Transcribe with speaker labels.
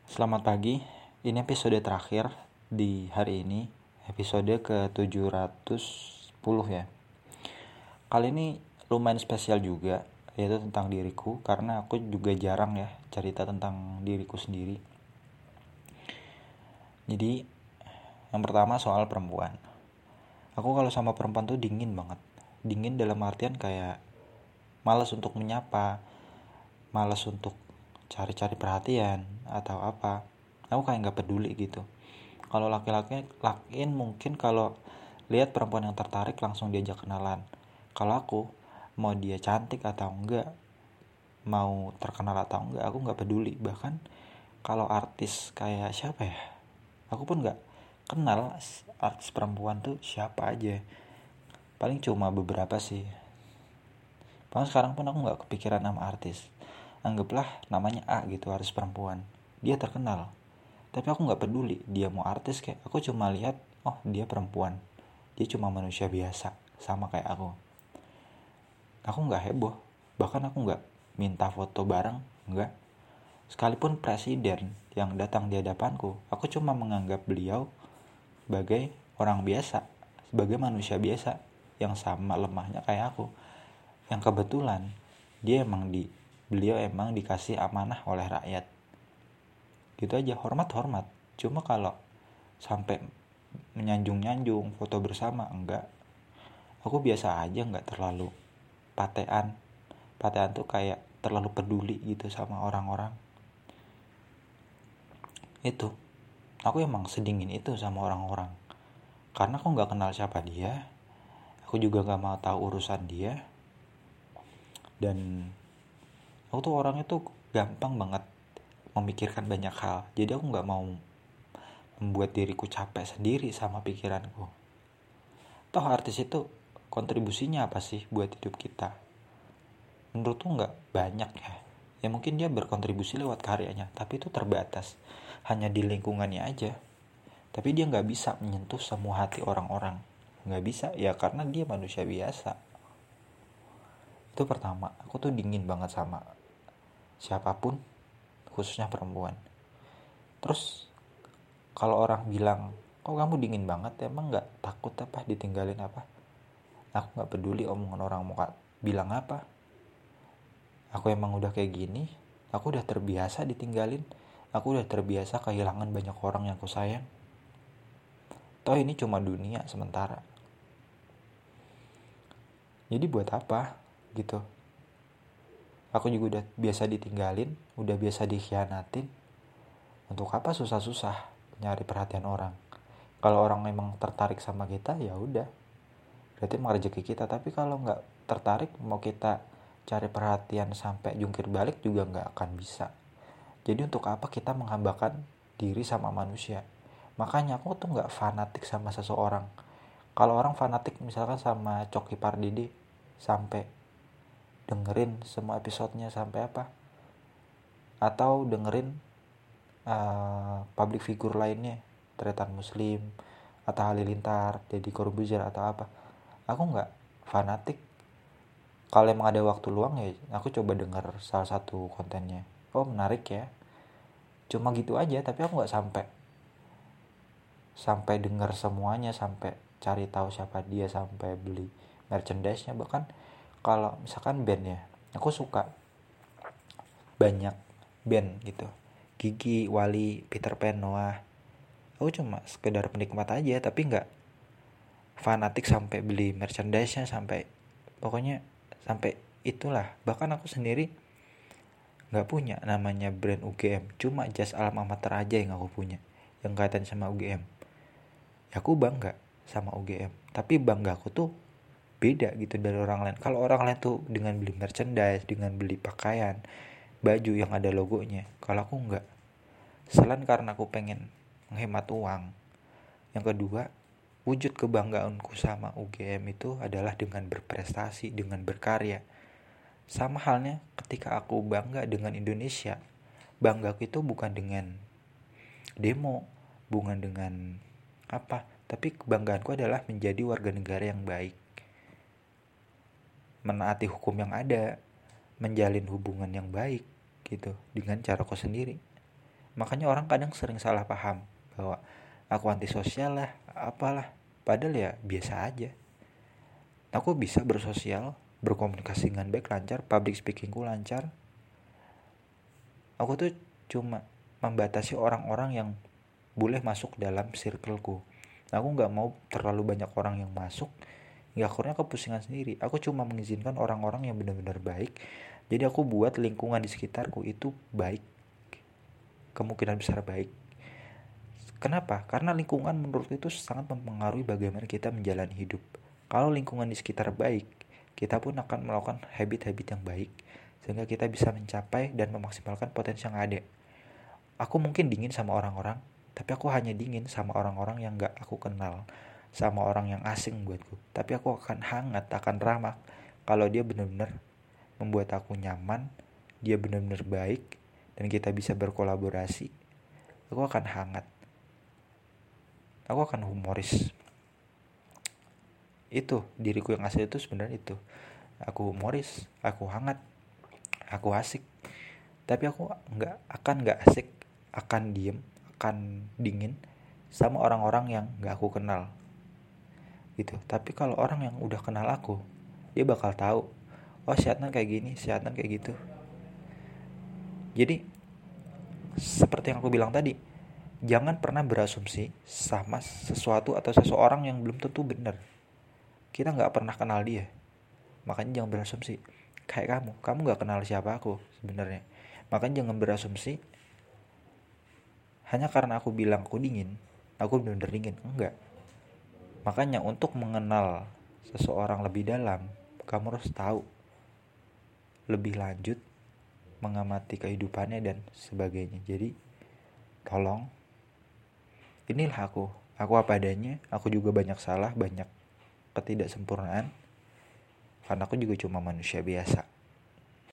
Speaker 1: Selamat pagi, ini episode terakhir di hari ini, episode ke-710 ya. Kali ini lumayan spesial juga, yaitu tentang diriku, karena aku juga jarang ya cerita tentang diriku sendiri. Jadi, yang pertama soal perempuan. Aku kalau sama perempuan tuh dingin banget. Dingin dalam artian kayak malas untuk menyapa, malas untuk cari-cari perhatian atau apa. Aku kayak nggak peduli gitu. Kalau laki-laki lakin mungkin kalau lihat perempuan yang tertarik langsung diajak kenalan. Kalau aku mau dia cantik atau enggak, mau terkenal atau enggak, aku nggak peduli. Bahkan kalau artis kayak siapa ya, aku pun nggak kenal artis perempuan tuh siapa aja. Paling cuma beberapa sih. Bahkan sekarang pun aku nggak kepikiran nama artis. Anggaplah namanya A gitu, artis perempuan. Dia terkenal. Tapi aku nggak peduli dia mau artis kayak. Aku cuma lihat, oh dia perempuan. Dia cuma manusia biasa, sama kayak aku. Aku nggak heboh. Bahkan aku nggak minta foto bareng, nggak. Sekalipun presiden yang datang di hadapanku, aku cuma menganggap beliau sebagai orang biasa, sebagai manusia biasa yang sama lemahnya kayak aku. Yang kebetulan beliau emang dikasih amanah oleh rakyat. Gitu aja, hormat-hormat. Cuma kalau sampai menyanjung-nyanjung foto bersama, enggak. Aku biasa aja, enggak terlalu patean. Patean tuh kayak terlalu peduli gitu sama orang-orang. Itu, aku emang sedingin itu sama orang-orang. Karena aku nggak kenal siapa dia, aku juga nggak mau tahu urusan dia. Dan aku tuh orangnya tuh gampang banget memikirkan banyak hal. Jadi aku nggak mau membuat diriku capek sendiri sama pikiranku. Toh artis itu kontribusinya apa sih buat hidup kita? Menurutku nggak banyak ya. Ya mungkin dia berkontribusi lewat karyanya, tapi itu terbatas. Hanya di lingkungannya aja. Tapi dia nggak bisa menyentuh semua hati orang-orang. Nggak bisa, ya karena dia manusia biasa. Itu pertama, aku tuh dingin banget sama siapapun, khususnya perempuan. Terus, kalau orang bilang, kok kamu dingin banget, emang nggak takut apa ditinggalin apa? Aku nggak peduli omongan orang mau bilang apa. Aku emang udah kayak gini, aku udah terbiasa ditinggalin, aku udah terbiasa kehilangan banyak orang yang aku sayang. Toh ini cuma dunia sementara. Jadi buat apa gitu? Aku juga udah biasa ditinggalin, udah biasa dikhianatin. Untuk apa susah-susah nyari perhatian orang? Kalau orang memang tertarik sama kita, ya udah, berarti emang rezeki kita. Tapi kalau nggak tertarik, mau kita cari perhatian sampai jungkir balik juga nggak akan bisa. Jadi untuk apa kita menghambakan diri sama manusia? Makanya aku tuh nggak fanatik sama seseorang. Kalau orang fanatik misalkan sama Coki Pardede, sampai dengerin semua episodenya sampai apa, atau dengerin public figure lainnya, Tretan Muslim atau Halilintar, Deddy Corbuzier atau apa, aku nggak fanatik. Kalau emang ada waktu luang ya aku coba denger salah satu kontennya, oh menarik ya, cuma gitu aja. Tapi aku nggak sampai denger semuanya, sampai cari tahu siapa dia, sampai beli merchandise-nya. Bahkan kalau misalkan band ya, aku suka banyak band gitu, Gigi, Wali, Peter Pan, Noah. Aku cuma sekedar penikmat aja, tapi nggak fanatik sampai beli merchandise-nya, sampai pokoknya sampai itulah. Bahkan aku sendiri nggak punya namanya brand UGM, cuma jas alma mater aja yang aku punya, yang kaitan sama UGM. Ya aku bangga sama UGM, tapi bangga aku tuh beda gitu dari orang lain. Kalau orang lain tuh dengan beli merchandise, dengan beli pakaian, baju yang ada logonya, kalau aku nggak. Selain karena aku pengen menghemat uang, yang kedua, wujud kebanggaanku sama UGM itu adalah dengan berprestasi, dengan berkarya. Sama halnya ketika aku bangga dengan Indonesia, banggaku itu bukan dengan demo, bukan dengan apa, tapi kebanggaanku adalah menjadi warga negara yang baik, menaati hukum yang ada, menjalin hubungan yang baik gitu dengan caraku sendiri. Makanya orang kadang sering salah paham bahwa aku antisosial lah, apalah. Padahal ya biasa aja. Aku bisa bersosial, berkomunikasi dengan baik, lancar, public speakingku lancar. Aku tuh cuma membatasi orang-orang yang boleh masuk dalam circleku. Aku nggak mau terlalu banyak orang yang masuk, ya akhirnya kepusingan sendiri. Aku cuma mengizinkan orang-orang yang benar-benar baik. Jadi aku buat lingkungan di sekitarku itu baik, kemungkinan besar baik. Kenapa? Karena lingkungan menurutku itu sangat mempengaruhi bagaimana kita menjalani hidup. Kalau lingkungan di sekitar baik, kita pun akan melakukan habit-habit yang baik, sehingga kita bisa mencapai dan memaksimalkan potensi yang ada. Aku mungkin dingin sama orang-orang, tapi aku hanya dingin sama orang-orang yang gak aku kenal, sama orang yang asing buatku. Tapi aku akan hangat, akan ramah kalau dia benar-benar membuat aku nyaman, dia benar-benar baik, dan kita bisa berkolaborasi. Aku akan hangat, aku akan humoris. Itu diriku yang asli itu sebenarnya itu. Aku humoris, aku hangat, aku asik. Tapi aku nggak asik, akan diem, akan dingin sama orang-orang yang nggak aku kenal. Gitu. Tapi kalau orang yang udah kenal aku, dia bakal tahu, oh si Adnan kayak gini, si Adnan kayak gitu. Jadi seperti yang aku bilang tadi, jangan pernah berasumsi sama sesuatu atau seseorang yang belum tentu benar. Kita nggak pernah kenal dia, makanya jangan berasumsi. Kayak kamu nggak kenal siapa aku sebenarnya, makanya jangan berasumsi hanya karena aku bilang aku dingin, aku benar-benar dingin. Enggak. Makanya untuk mengenal seseorang lebih dalam, kamu harus tahu lebih lanjut, mengamati kehidupannya dan sebagainya. Jadi tolong, inilah aku apa adanya. Aku juga banyak salah, banyak ketidaksempurnaan, karena aku juga cuma manusia biasa.